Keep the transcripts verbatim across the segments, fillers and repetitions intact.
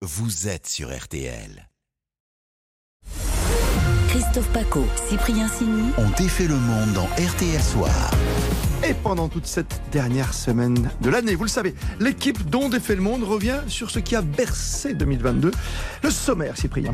vous êtes sur R T L. Christophe Paco, Cyprien Signy On défait le monde dans R T L Soir. Et pendant toute cette dernière semaine de l'année, vous le savez, l'équipe dont défait le monde revient sur ce qui a bercé deux mille vingt-deux. Le sommaire, Cyprien.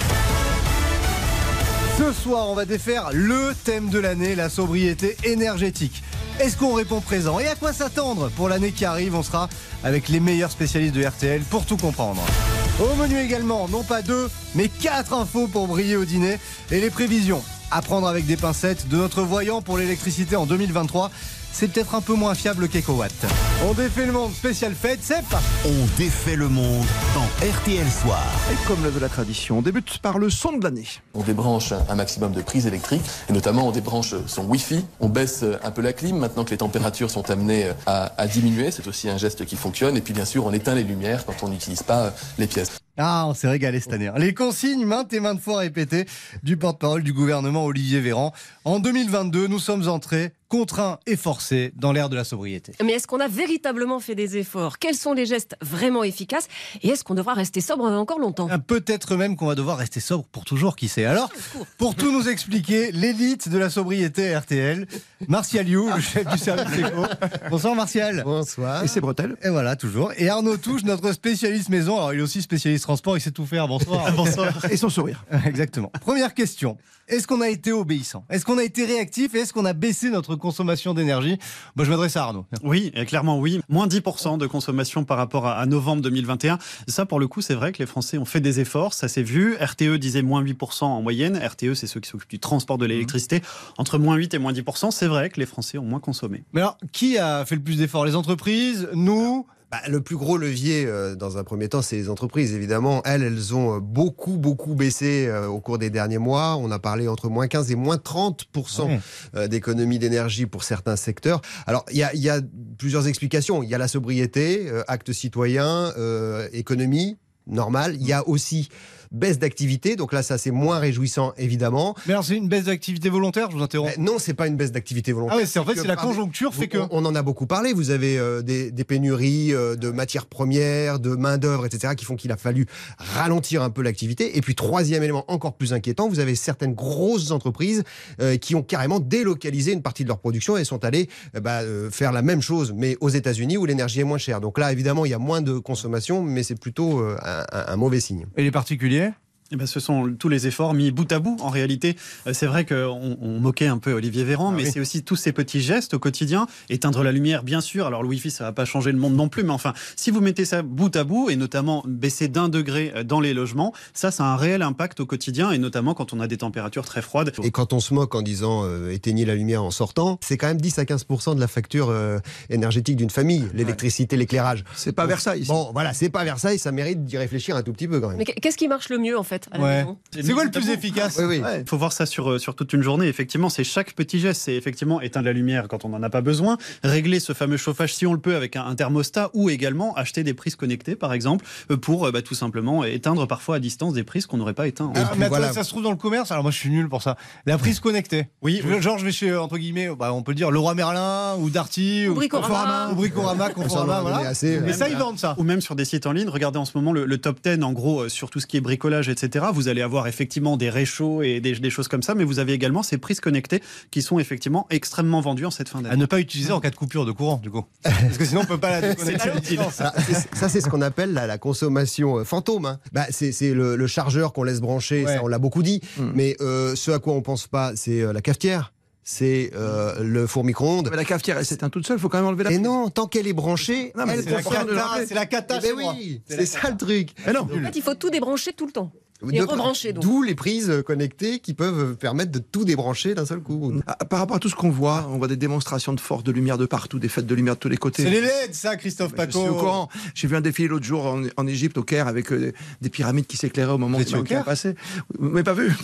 Ce soir, on va défaire le thème de l'année, la sobriété énergétique. Est-ce qu'on répond présent? Et à quoi s'attendre pour l'année qui arrive? On sera avec les meilleurs spécialistes de R T L pour tout comprendre. Au menu également, non pas deux, mais quatre infos pour briller au dîner. Et les prévisions à prendre avec des pincettes de notre voyant pour l'électricité en deux mille vingt-trois. C'est peut-être un peu moins fiable qu'Ecowatt. On défait le monde, spécial fête, c'est pas. On défait le monde dans R T L Soir. Et comme le veut la tradition, on débute par le son de l'année. On débranche un maximum de prises électriques et notamment on débranche son Wi-Fi. On baisse un peu la clim maintenant que les températures sont amenées à, à diminuer. C'est aussi un geste qui fonctionne. Et puis bien sûr, on éteint les lumières quand on n'utilise pas les pièces. Ah, on s'est régalé cette année. Les consignes maintes et maintes fois répétées du porte-parole du gouvernement Olivier Véran. En deux mille vingt-deux, nous sommes entrés contraints et forcés dans l'ère de la sobriété. Mais est-ce qu'on a véritablement fait des efforts? Quels sont les gestes vraiment efficaces? Et est-ce qu'on devra rester sobre encore longtemps? Peut-être même qu'on va devoir rester sobre pour toujours, qui sait. Alors, pour tout nous expliquer, l'élite de la sobriété R T L, Martial You, le chef du service éco. Bonsoir Martial. Bonsoir. Et c'est bretelles. Et voilà, toujours. Et Arnaud Touche, notre spécialiste maison. Alors, il est aussi spécialiste transport, il sait tout faire. Bonsoir. Bonsoir. Et son sourire. Exactement. Première question. Est-ce qu'on a été obéissant? Est-ce qu'on a été réactif? Et est-ce qu'on a baissé notre consommation d'énergie? Bon, je m'adresse à Arnaud. Oui, clairement oui. Moins dix pour cent de consommation par rapport à novembre deux mille vingt et un. Ça, pour le coup, c'est vrai que les Français ont fait des efforts. Ça s'est vu. R T E disait moins huit pour cent en moyenne. R T E, c'est ceux qui s'occupent du transport de l'électricité. Entre moins huit et moins dix pour cent, c'est vrai que les Français ont moins consommé. Mais alors, qui a fait le plus d'efforts? Les entreprises? Nous? Bah, le plus gros levier, euh, dans un premier temps, c'est les entreprises. Évidemment, elles, elles ont beaucoup, beaucoup baissé euh, au cours des derniers mois. On a parlé entre moins quinze et moins trente pour cent ouais. euh, d'économie d'énergie pour certains secteurs. Alors, il y a, y a plusieurs explications. Il y a la sobriété, euh, acte citoyen, euh, économie normale. Il y a aussi baisse d'activité, donc là ça c'est moins réjouissant évidemment. Mais alors c'est une baisse d'activité volontaire, je vous interromps. Ben, non, c'est pas une baisse d'activité volontaire. Ah ouais, c'est en fait c'est la conjoncture fait que on, on en a beaucoup parlé. Vous avez euh, des, des pénuries euh, de matières premières, de main d'œuvre, et cetera, qui font qu'il a fallu ralentir un peu l'activité. Et puis troisième élément encore plus inquiétant, vous avez certaines grosses entreprises euh, qui ont carrément délocalisé une partie de leur production et sont allées euh, bah, euh, faire la même chose, mais aux États-Unis où l'énergie est moins chère. Donc là évidemment il y a moins de consommation, mais c'est plutôt euh, un, un, un mauvais signe. Et les particuliers? Eh ben, ce sont tous les efforts mis bout à bout. En réalité, c'est vrai qu'on on moquait un peu Olivier Véran, ah, mais oui. c'est aussi tous ces petits gestes au quotidien. Éteindre la lumière, bien sûr. Alors le Wi-Fi, ça va pas changer le monde non plus, mais enfin, si vous mettez ça bout à bout, et notamment baisser d'un degré dans les logements, ça, ça a un réel impact au quotidien, et notamment quand on a des températures très froides. Et quand on se moque en disant euh, éteignez la lumière en sortant, c'est quand même dix à quinze pour cent de la facture euh, énergétique d'une famille, l'électricité, ouais. l'éclairage. C'est pas Donc, Versailles. Ici. Bon, voilà, c'est pas Versailles, ça mérite d'y réfléchir un tout petit peu quand même. Mais qu'est-ce qui marche le mieux en fait à la ouais. maison? C'est quoi le plus efficace? Oui, oui. Il ouais. faut voir ça sur, sur toute une journée. Effectivement, c'est chaque petit geste. C'est effectivement éteindre la lumière quand on n'en a pas besoin, régler ce fameux chauffage si on le peut avec un, un thermostat, ou également acheter des prises connectées, par exemple, pour bah, tout simplement éteindre parfois à distance des prises qu'on n'aurait pas éteintes. Ah, mais attends, voilà. Ça se trouve dans le commerce. Alors moi, je suis nul pour ça. La prise connectée. Oui. Je, genre, je vais chez, entre guillemets, bah, on peut dire Leroy Merlin ou Darty ou Bricorama, ou Bricorama, Conforama, voilà. Assez, mais ça, ils vendent ça. Ou même sur des sites en ligne. Regardez en ce moment le, le top dix, en gros, sur tout ce qui est bricolage, et cetera. Vous allez avoir effectivement des réchauds et des, des choses comme ça, mais vous avez également ces prises connectées qui sont effectivement extrêmement vendues en cette fin d'année. À ne pas utiliser en cas de coupure de courant, du coup. Parce que sinon, on ne peut pas la déconnecter. ça, ça, c'est ce qu'on appelle la, la consommation fantôme. Hein. Bah, c'est, c'est le, le chargeur qu'on laisse brancher, ouais. ça on l'a beaucoup dit, mmh. mais euh, ce à quoi on ne pense pas, c'est euh, la cafetière. C'est euh, le four micro-ondes. Mais la cafetière, elle s'éteint toute seule, il faut quand même enlever la prise. Et non, tant qu'elle est branchée, non, elle c'est, la cata, c'est la cata, eh ben oui, c'est, c'est ça le truc. Mais non. En fait, il faut tout débrancher tout le temps. Et rebrancher donc. D'où les prises connectées qui peuvent permettre de tout débrancher d'un seul coup. Ah, par rapport à tout ce qu'on voit, on voit des démonstrations de force de lumière de partout, des fêtes de lumière de tous les côtés. C'est les L E D, ça, Christophe Paco. Je suis au courant. J'ai vu un défilé l'autre jour en, en Égypte, au Caire, avec euh, des pyramides qui s'éclairaient au moment où il a passé. Vous m'avez pas vu?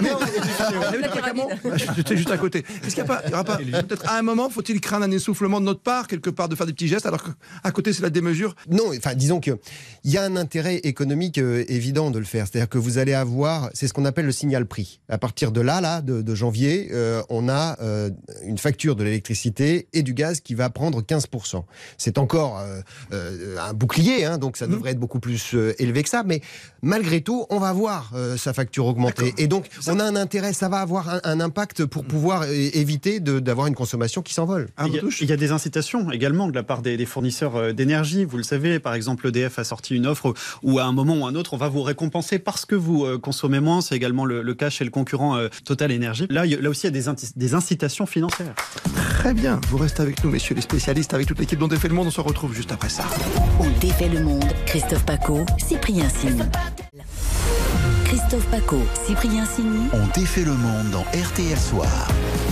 J'étais juste à côté. Est-ce qu'il n'y a pas, il y aura pas peut-être à un moment, faut-il craindre un essoufflement de notre part, quelque part, de faire des petits gestes, alors qu'à côté c'est la démesure? Non, enfin, disons qu'il y a un intérêt économique euh, évident de le faire. C'est-à-dire que vous allez avoir, c'est ce qu'on appelle le signal prix. À partir de là, là de, de janvier, euh, on a euh, une facture de l'électricité et du gaz qui va prendre quinze pour cent. C'est encore euh, euh, un bouclier, hein, donc ça devrait être beaucoup plus euh, élevé que ça, mais malgré tout, on va voir euh, sa facture augmenter. D'accord. Et donc, on a un intérêt, ça va avoir un, un impact pour pouvoir euh, éviter de, d'avoir une consommation qui s'envole. Ah, Il y, a, il y a des incitations également de la part des, des fournisseurs d'énergie. Vous le savez, par exemple, E D F a sorti une offre où à un moment ou à un autre, on va vous récompenser parce que vous euh, consommez moins. C'est également le, le cas chez le concurrent euh, Total Energy. Là, il y a, là aussi, il y a des, inti- des incitations financières. Très bien, vous restez avec nous, messieurs les spécialistes, avec toute l'équipe dont défait le monde. On se retrouve juste après ça. On défait le monde. Christophe Paco, Cyprien Sini. Christophe Paco, Cyprien Sini. On défait le monde dans R T L Soir.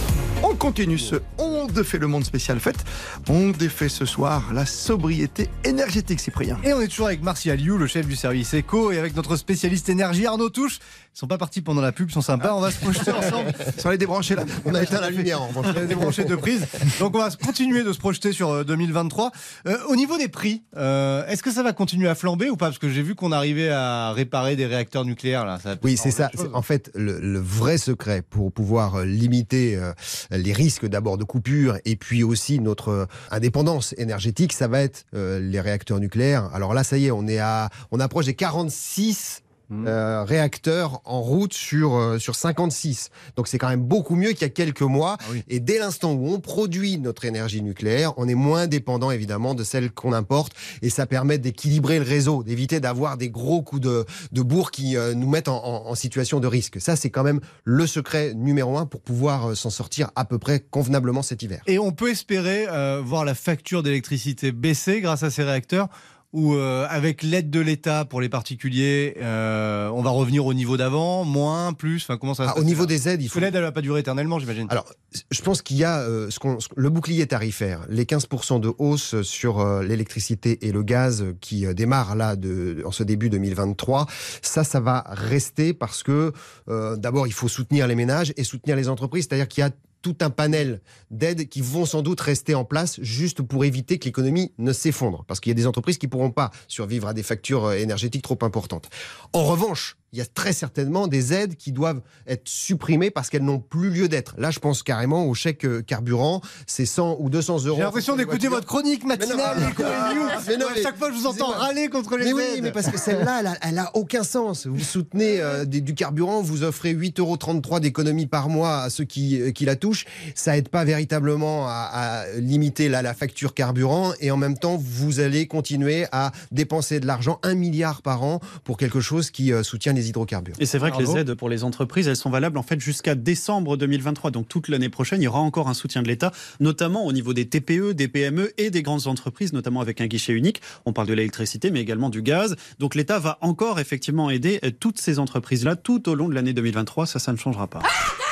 On continue ce On défait le monde spécial fête. On défait ce soir la sobriété énergétique, Cyprien. Et on est toujours avec Martial You, le chef du service éco, et avec notre spécialiste énergie Arnaud Touche. Ils sont pas partis pendant la pub, ils sont sympas, on va se projeter ensemble. Sans les débrancher là. On a éteint la lumière en revanche. On a débranché deux prises. Donc on va continuer de se projeter sur euh, deux mille vingt-trois. Euh, au niveau des prix, euh, est-ce que ça va continuer à flamber ou pas? Parce que j'ai vu qu'on arrivait à réparer des réacteurs nucléaires là. Ça Oui, c'est ça. C'est, en fait, le, le vrai secret pour pouvoir euh, limiter euh, les risques d'abord de coupure et puis aussi notre euh, indépendance énergétique, ça va être euh, les réacteurs nucléaires. Alors là, ça y est, on est à, on approche des quarante-six Euh, réacteurs en route sur, euh, sur cinquante-six. Donc c'est quand même beaucoup mieux qu'il y a quelques mois. Ah oui. Et dès l'instant où on produit notre énergie nucléaire, on est moins dépendant évidemment de celle qu'on importe. Et ça permet d'équilibrer le réseau, d'éviter d'avoir des gros coups de, de bourre qui euh, nous mettent en, en, en situation de risque. Ça, c'est quand même le secret numéro un pour pouvoir euh, s'en sortir à peu près convenablement cet hiver. Et on peut espérer euh, voir la facture d'électricité baisser grâce à ces réacteurs, ou euh, avec l'aide de l'État pour les particuliers, euh, on va revenir au niveau d'avant, moins, plus, enfin comment ça va se Ah, au passer, niveau là des aides, il Parce faut... que l'aide, elle va pas durer éternellement, j'imagine. Alors, je pense qu'il y a euh, ce qu'on, ce- le bouclier tarifaire, les quinze pour cent de hausse sur euh, l'électricité et le gaz qui euh, démarre là de, en ce début deux mille vingt-trois. Ça, ça va rester parce que euh, d'abord, il faut soutenir les ménages et soutenir les entreprises. C'est-à-dire qu'il y a tout un panel d'aides qui vont sans doute rester en place juste pour éviter que l'économie ne s'effondre. Parce qu'il y a des entreprises qui ne pourront pas survivre à des factures énergétiques trop importantes. En revanche, il y a très certainement des aides qui doivent être supprimées parce qu'elles n'ont plus lieu d'être. Là, je pense carrément au chèque carburant, c'est cent ou deux cents euros. J'ai l'impression d'écouter votre chronique matinale. Mais non, Éco et ah, News. mais non, À mais- chaque fois, je vous entends excusez-moi. râler contre les Mais aides. oui, mais parce que celle-là, elle a, elle a aucun sens. Vous soutenez euh, des- du carburant, vous offrez huit euros trente-trois d'économie par mois à ceux qui, euh, qui la touchent. Ça aide pas véritablement à, à limiter la, la facture carburant et en même temps, vous allez continuer à dépenser de l'argent, un milliard par an, pour quelque chose qui euh, soutient les hydrocarbures. Et c'est vrai que Bravo. les aides pour les entreprises, elles sont valables en fait jusqu'à décembre deux mille vingt-trois. Donc toute l'année prochaine, il y aura encore un soutien de l'État, notamment au niveau des T P E, des P M E et des grandes entreprises, notamment avec un guichet unique. On parle de l'électricité, mais également du gaz. Donc l'État va encore effectivement aider toutes ces entreprises-là tout au long de l'année deux mille vingt-trois. Ça, ça ne changera pas.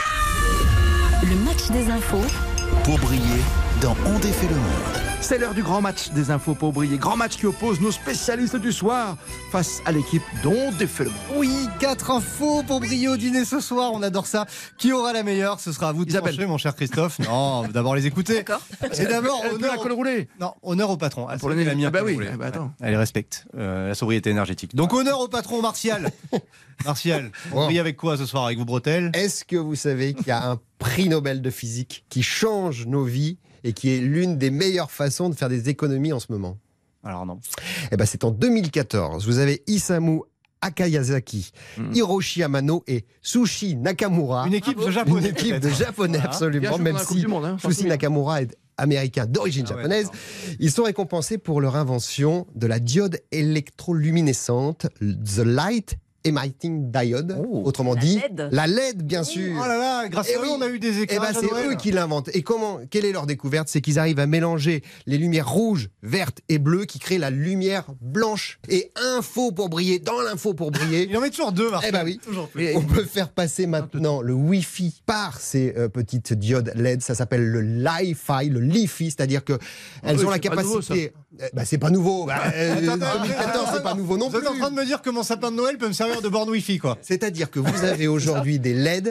Le match des infos. Pour briller dans On défait le monde. C'est l'heure du grand match des infos pour briller. Grand match qui oppose nos spécialistes du soir face à l'équipe dont défait le monde. Oui, quatre infos pour briller au dîner ce soir. On adore ça. Qui aura la meilleure? Ce sera à vous de Isabelle. trancher, mon cher Christophe. Non, d'abord les écouter. D'accord. Et d'abord, Elle peut honneur, la colle roulée. non, honneur au patron. Ah, Pour c'est le lui, il a mis un Ah bah col oui. roulé. Ah bah attends. Elle respecte euh, la sobriété énergétique. Donc honneur au patron Martial. Martial, on Bon. brille avec quoi ce soir? Avec vos bretelles? Est-ce que vous savez qu'il y a un prix Nobel de physique qui change nos vies et qui est l'une des meilleures façons de faire des économies en ce moment? Alors non. Eh ben, c'est en deux mille quatorze. Vous avez Isamu Akayazaki, Mm. Hiroshi Amano et Sushi Nakamura. Une équipe de Une japonais. équipe de peut-être. japonais, Voilà. absolument. Bien joué Même dans la Coupe si du Monde, hein, Sushi franchement. Nakamura est américain d'origine Ah ouais, japonaise. d'accord. Ils sont récompensés pour leur invention de la diode électroluminescente, The Light Emitting Diode, Oh. autrement La dit L E D. la L E D, bien sûr. Oh là là, grâce Eh à eux, oui. on a eu des Eh ben, éclairages à c'est Noël. eux qui l'inventent. Et comment, quelle est leur découverte? C'est qu'ils arrivent à mélanger les lumières rouges, vertes et bleues qui créent la lumière blanche. Et info pour briller, dans l'info pour briller, Il en met toujours deux, Martial. Eh ben oui. Toujours plus. Mais- on peut faire passer maintenant le Wi-Fi par ces euh, petites diodes L E D. Ça s'appelle le Li-Fi, le Li-Fi, c'est-à-dire que elles oui, ont la c'est pas nouveau, capacité. Eh ben, c'est pas nouveau. Bah, euh, Attendez, deux mille quatorze, attendez, c'est pas nouveau non Vous êtes en plus. train de me dire que mon sapin de Noël peut me servir de borne Wi-Fi, quoi. C'est-à-dire que vous avez aujourd'hui des L E D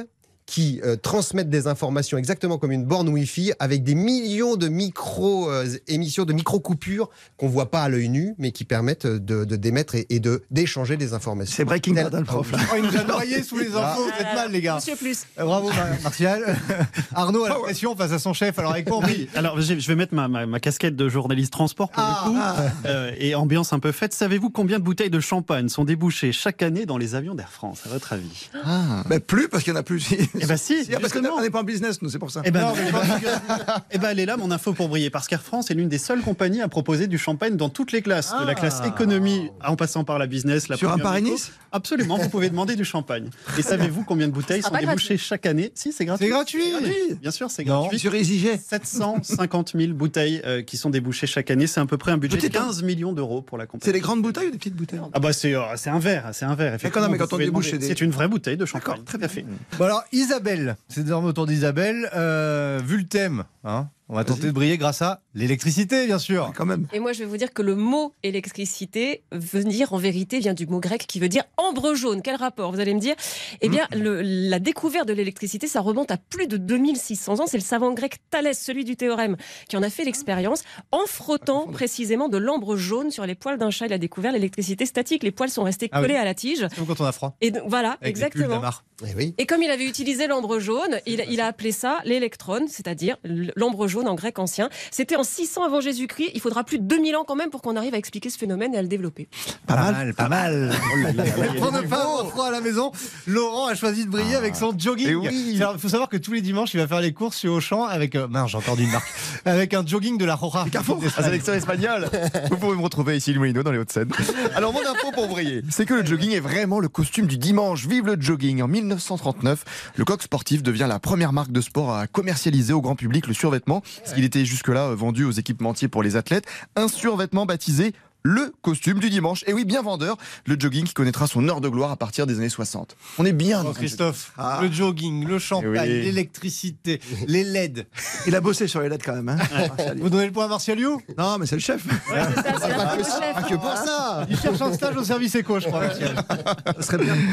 qui euh, transmettent des informations exactement comme une borne Wi-Fi avec des millions de micro-émissions, euh, de micro-coupures qu'on ne voit pas à l'œil nu, mais qui permettent de, de d'émettre et, et de, d'échanger des informations. C'est Breaking Bad, le prof. Oh, il nous a noyé sous les infos, vous êtes mal les gars. Monsieur Plus. Euh, Bravo Martial. Arnaud a la pression face à son chef, alors avec quoi on brille? Alors, je vais mettre ma, ma, ma casquette de journaliste transport pour Ah, le coup. ah. Euh, et ambiance un peu faite. Savez-vous combien de bouteilles de champagne sont débouchées chaque année dans les avions d'Air France, à votre avis? Ah. Mais plus, parce qu'il n'y en a plus. Eh ben si, Si, parce justement. qu'on n'est pas en business, nous, c'est pour ça. Eh ben, non, eh ben, eh ben, elle est là, mon info pour briller. Parce qu'Air France est l'une des seules compagnies à proposer du champagne dans toutes les classes. De la classe économie en passant par la business, la Sur un première Paris-Nice éco. Absolument, vous pouvez demander du champagne. Et savez-vous combien de bouteilles Ce sont sera pas débouchées chaque année? Si, c'est gratuit. C'est gratuit. Bien sûr, c'est Non. gratuit. Sur EasyJet. sept cent cinquante mille bouteilles euh, qui sont débouchées chaque année. C'est à peu près un budget de Petite, hein. quinze millions d'euros pour la compagnie. C'est des grandes bouteilles ou des petites bouteilles? Ah bah c'est euh, c'est un verre, c'est un verre. D'accord, non, mais Effectivement, quand on vous pouvez débouche, demander. c'est des- C'est une vraie bouteille de champagne. D'accord, très tout à bien. fait. Bon alors Isabelle, c'est désormais au tour d'Isabelle. Euh, vu le thème, hein, on va tenter de briller grâce à l'électricité bien sûr. Quand même. Et moi, je vais vous dire que le mot électricité veut dire, en vérité, vient du mot grec qui veut dire ambre jaune. Quel rapport, vous allez me dire? Eh bien, le- la découverte de l'électricité, ça remonte à plus de deux mille six cents ans. C'est le savant grec Thalès, celui du théorème, qui en a fait l'expérience en frottant précisément de l'ambre jaune sur les poils d'un chat. Il a découvert l'électricité statique. Les poils sont restés Ah oui. collés à la tige. C'est comme quand on a froid. Et donc, voilà, Avec les pulls exactement. d'Amar. Eh oui. Et comme il avait utilisé l'ambre jaune, il, il a appelé ça l'électron, c'est-à-dire l'ambre jaune en grec ancien. C'était en six cents avant Jésus-Christ. Il faudra plus de deux mille ans quand même pour qu'on arrive à expliquer ce phénomène et à le développer. Pas mal. pas mal. Pour ne pas avoir froid à la maison, Laurent a choisi de briller avec son jogging. Eh oui. Il faut savoir que tous les dimanches, il va faire les courses chez Auchan avec, euh, mince, j'ai encore dit une marque, avec un jogging de la Roja. Carrefour. La sélection espagnole. Vous pouvez me retrouver ici, Louino, dans les Hauts-de-Seine. Alors, mon info pour briller, c'est que le jogging est vraiment le costume du dimanche. Vive le jogging. En mille neuf cent trente-neuf, le coq sportif devient la première marque de sport à commercialiser au grand public le survêtement, parce qu'il était jusque-là euh, vendu aux équipementiers pour les athlètes. Un survêtement baptisé le costume du dimanche. Et oui, bien vendeur, le jogging qui connaîtra son heure de gloire à partir des années soixante. On est bien Oh, dans Christophe, Ah. le jogging, le champagne, Eh oui. l'électricité, les L E D. Il a bossé sur les L E D quand même. Hein. Vous donnez le point à Martial You? Non, mais c'est le chef. C'est ça, c'est la Pas que, faute au chef. pas que pour ça. Il cherche un stage au service éco, je crois, Martial. Ça serait bien.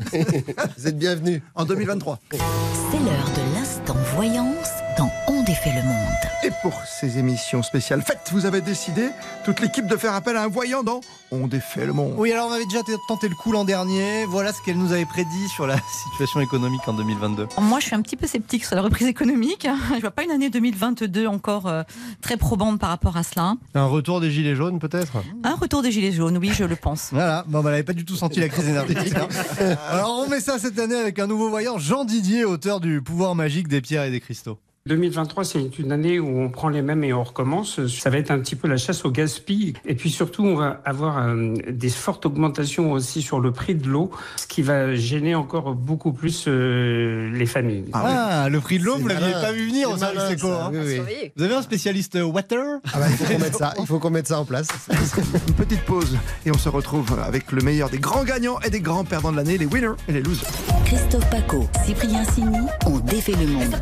Vous êtes bienvenus. En deux mille vingt-trois. C'est l'heure de l'instant voyance dans On défait le monde. Et pour ces émissions spéciales faites, vous avez décidé, toute l'équipe, de faire appel à un voyant dans On défait le monde. Oui, alors on avait déjà t- tenté le coup l'an dernier. Voilà ce qu'elle nous avait prédit sur la situation économique en deux mille vingt-deux. Moi, je suis un petit peu sceptique sur la reprise économique. Je vois pas une année deux mille vingt-deux encore euh, très probante par rapport à cela. Un retour des gilets jaunes peut-être? Un retour des gilets jaunes, oui, je le pense. Voilà, bon, bah, elle n'avait pas du tout senti la crise énergétique. hein. Alors on met ça cette année avec un nouveau voyant, Jean Didier, auteur du pouvoir magique des pierres et des cristaux. deux mille vingt-trois, c'est une année où on prend les mêmes et on recommence. Ça va être un petit peu la chasse au gaspillage. Et puis surtout, on va avoir euh, des fortes augmentations aussi sur le prix de l'eau, ce qui va gêner encore beaucoup plus euh, les familles. Ah, le prix de l'eau, C'est vous l'aviez malin. pas vu venir C'est au service malin, éco. ça, hein. oui, oui. Surveillez. Vous avez un spécialiste euh, water? Ah bah, il faut qu'on mette ça. Il faut qu'on mette ça en place. Une petite pause et on se retrouve avec le meilleur des grands gagnants et des grands perdants de l'année, les winners et les losers. Christophe Paco, Cyprien Sini, On défait le monde.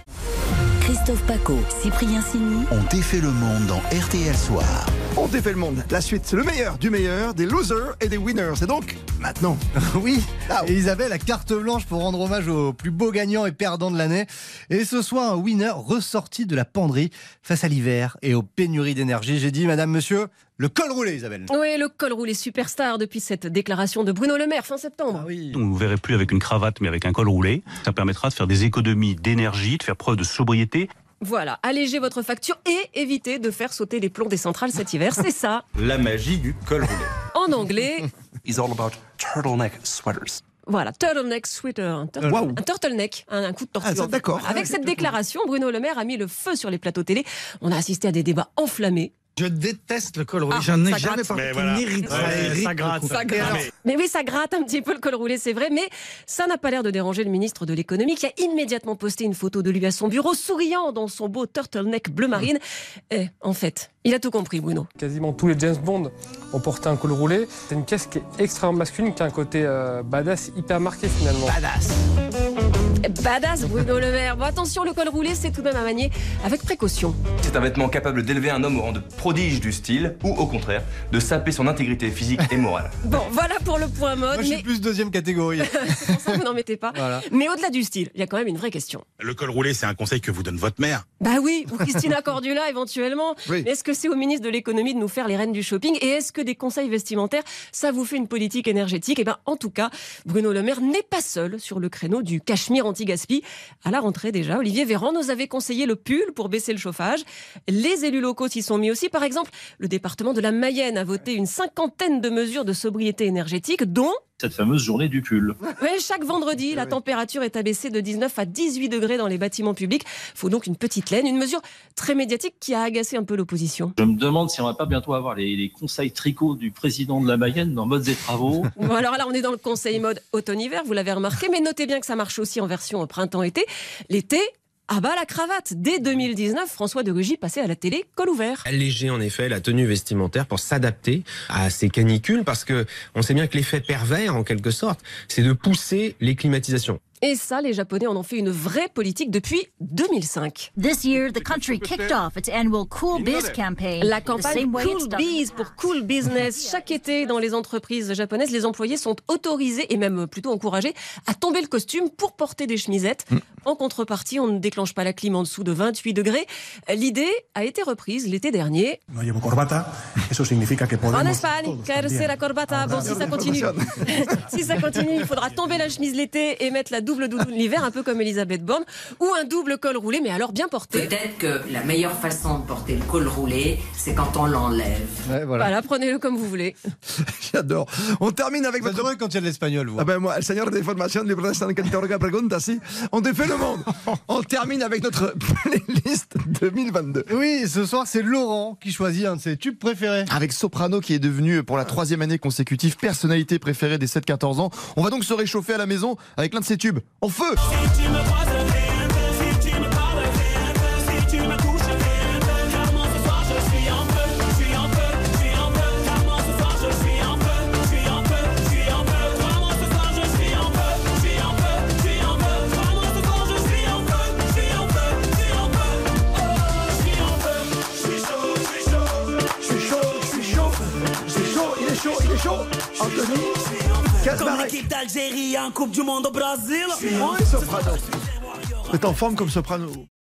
Christophe Paco, Cyprien Sini, On défait le monde dans R T L Soir. On défait le monde. La suite, c'est le meilleur du meilleur, des losers et des winners. C'est donc maintenant. Oui, Ah oui. et Isabelle a carte blanche pour rendre hommage aux plus beaux gagnants et perdants de l'année. Et ce soir, un winner ressorti de la penderie face à l'hiver et aux pénuries d'énergie. J'ai dit, madame, monsieur, le col roulé, Isabelle. Oui, le col roulé superstar depuis cette déclaration de Bruno Le Maire fin septembre. Ah oui. On ne vous verrait plus avec une cravate mais avec un col roulé. Ça permettra de faire des économies d'énergie, de faire preuve de sobriété. Voilà, allégez votre facture et évitez de faire sauter les plombs des centrales cet hiver. C'est ça. La magie du col roulé. En anglais, It's all about turtleneck sweaters. voilà, turtleneck sweater. Un, tur- Waouh. un turtleneck, un, un coup de tortue. Ah, ça, d'accord. Voilà. Avec cette déclaration, Bruno Le Maire a mis le feu sur les plateaux télé. On a assisté à des débats enflammés. Je déteste le col roulé. Ah, J'en ai ça jamais gratte. parlé. Mais Ça voilà. m'irrite. Ouais, Ça irrite ça gratte, beaucoup. ça Et alors, mais oui, ça gratte un petit peu le col roulé, c'est vrai, mais ça n'a pas l'air de déranger le ministre de l'économie qui a immédiatement posté une photo de lui à son bureau, souriant dans son beau turtleneck bleu marine. Et en fait, il a tout compris, Bruno. Quasiment tous les James Bond ont porté un col roulé. C'est une caisse qui est extrêmement masculine, qui a un côté euh, badass hyper marqué finalement. Badass. Badass Bruno Le Maire. Bon, attention, le col roulé, c'est tout de même à manier avec précaution. C'est un vêtement capable d'élever un homme au rang de prodige du style ou au contraire de saper son intégrité physique et morale. Bon, voilà pour le point mode. Moi, je suis mais... plus deuxième catégorie. C'est pour ça que vous n'en mettez pas. Voilà. Mais au-delà du style, il y a quand même une vraie question. Le col roulé, c'est un conseil que vous donne votre mère? Bah oui, ou Christina Cordula éventuellement. Oui. Est-ce que c'est au ministre de l'économie de nous faire les reines du shopping? Et est-ce que des conseils vestimentaires, ça vous fait une politique énergétique? Eh bien, en tout cas, Bruno Le Maire n'est pas seul sur le créneau du cachemire anti-gaspi. À la rentrée déjà, Olivier Véran nous avait conseillé le pull pour baisser le chauffage. Les élus locaux s'y sont mis aussi. Par exemple, le département de la Mayenne a voté une cinquantaine de mesures de sobriété énergétique, dont cette fameuse journée du pull. Oui, chaque vendredi, la température est abaissée de dix-neuf à dix-huit degrés dans les bâtiments publics. Il faut donc une petite laine, une mesure très médiatique qui a agacé un peu l'opposition. Je me demande si on va pas bientôt avoir les, les conseils tricot du président de la Mayenne dans Modes et Travaux. Bon, alors là, on est dans le conseil mode automne-hiver, vous l'avez remarqué, mais notez bien que ça marche aussi en version printemps-été. L'été, ah bah la cravate. Dès deux mille dix-neuf, François de Rugy passait à la télé col ouvert. Alléger en effet la tenue vestimentaire pour s'adapter à ces canicules, parce que on sait bien que l'effet pervers, en quelque sorte, c'est de pousser les climatisations. Et ça, les Japonais en ont fait une vraie politique depuis deux mille cinq. This year, the country kicked off its annual Cool Biz campaign. La campagne Cool Biz pour Cool Business. Chaque été, dans les entreprises japonaises, les employés sont autorisés et même plutôt encouragés à tomber le costume pour porter des chemisettes. Mm. En contrepartie, on ne déclenche pas la clim en dessous de vingt-huit degrés. L'idée a été reprise l'été dernier. No llevo corbata, eso significa que podemos. En Espagne, caerse la corbata. Bon, si ça continue, si ça continue, il faudra tomber la chemise l'été et mettre la double doudoune l'hiver, un peu comme Elisabeth Borne, ou un double col roulé, mais alors bien porté. Peut-être que la meilleure façon de porter le col roulé, c'est quand on l'enlève. Ouais, voilà. Voilà, prenez-le comme vous voulez. J'adore. On termine avec votre... J'adore quand il y a de l'espagnol, vous. Ah ben moi, el señor de formación libre de que interroga pregunta, si. On défait le monde. On termine avec notre playlist deux mille vingt-deux. Oui, ce soir, c'est Laurent qui choisit un de ses tubes préférés. Avec Soprano qui est devenu pour la troisième année consécutive personnalité préférée des sept quatorze ans. On va donc se réchauffer à la maison avec l'un de ses tubes. En feu! Si tu me croises rien un peu, si tu me parles rien un peu, si tu me touches rien un peu, car moi ce soir je suis en feu, je suis en feu, je suis en feu, car moi ce soir je suis en feu, je suis en feu, je suis en feu, crois-moi ce soir je suis en feu, je suis en feu, je suis en feu, crois-moi ce soir je suis en feu, je suis en feu, je suis en feu, oh, je suis en feu, je suis chaud, je suis chaud, je suis chaud, je suis chaud, je suis chaud, il est chaud, il est chaud, Anthony. Comme l'équipe d'Algérie en Coupe du Monde au Brésil. Oui, Soprano. C'est en forme comme Soprano.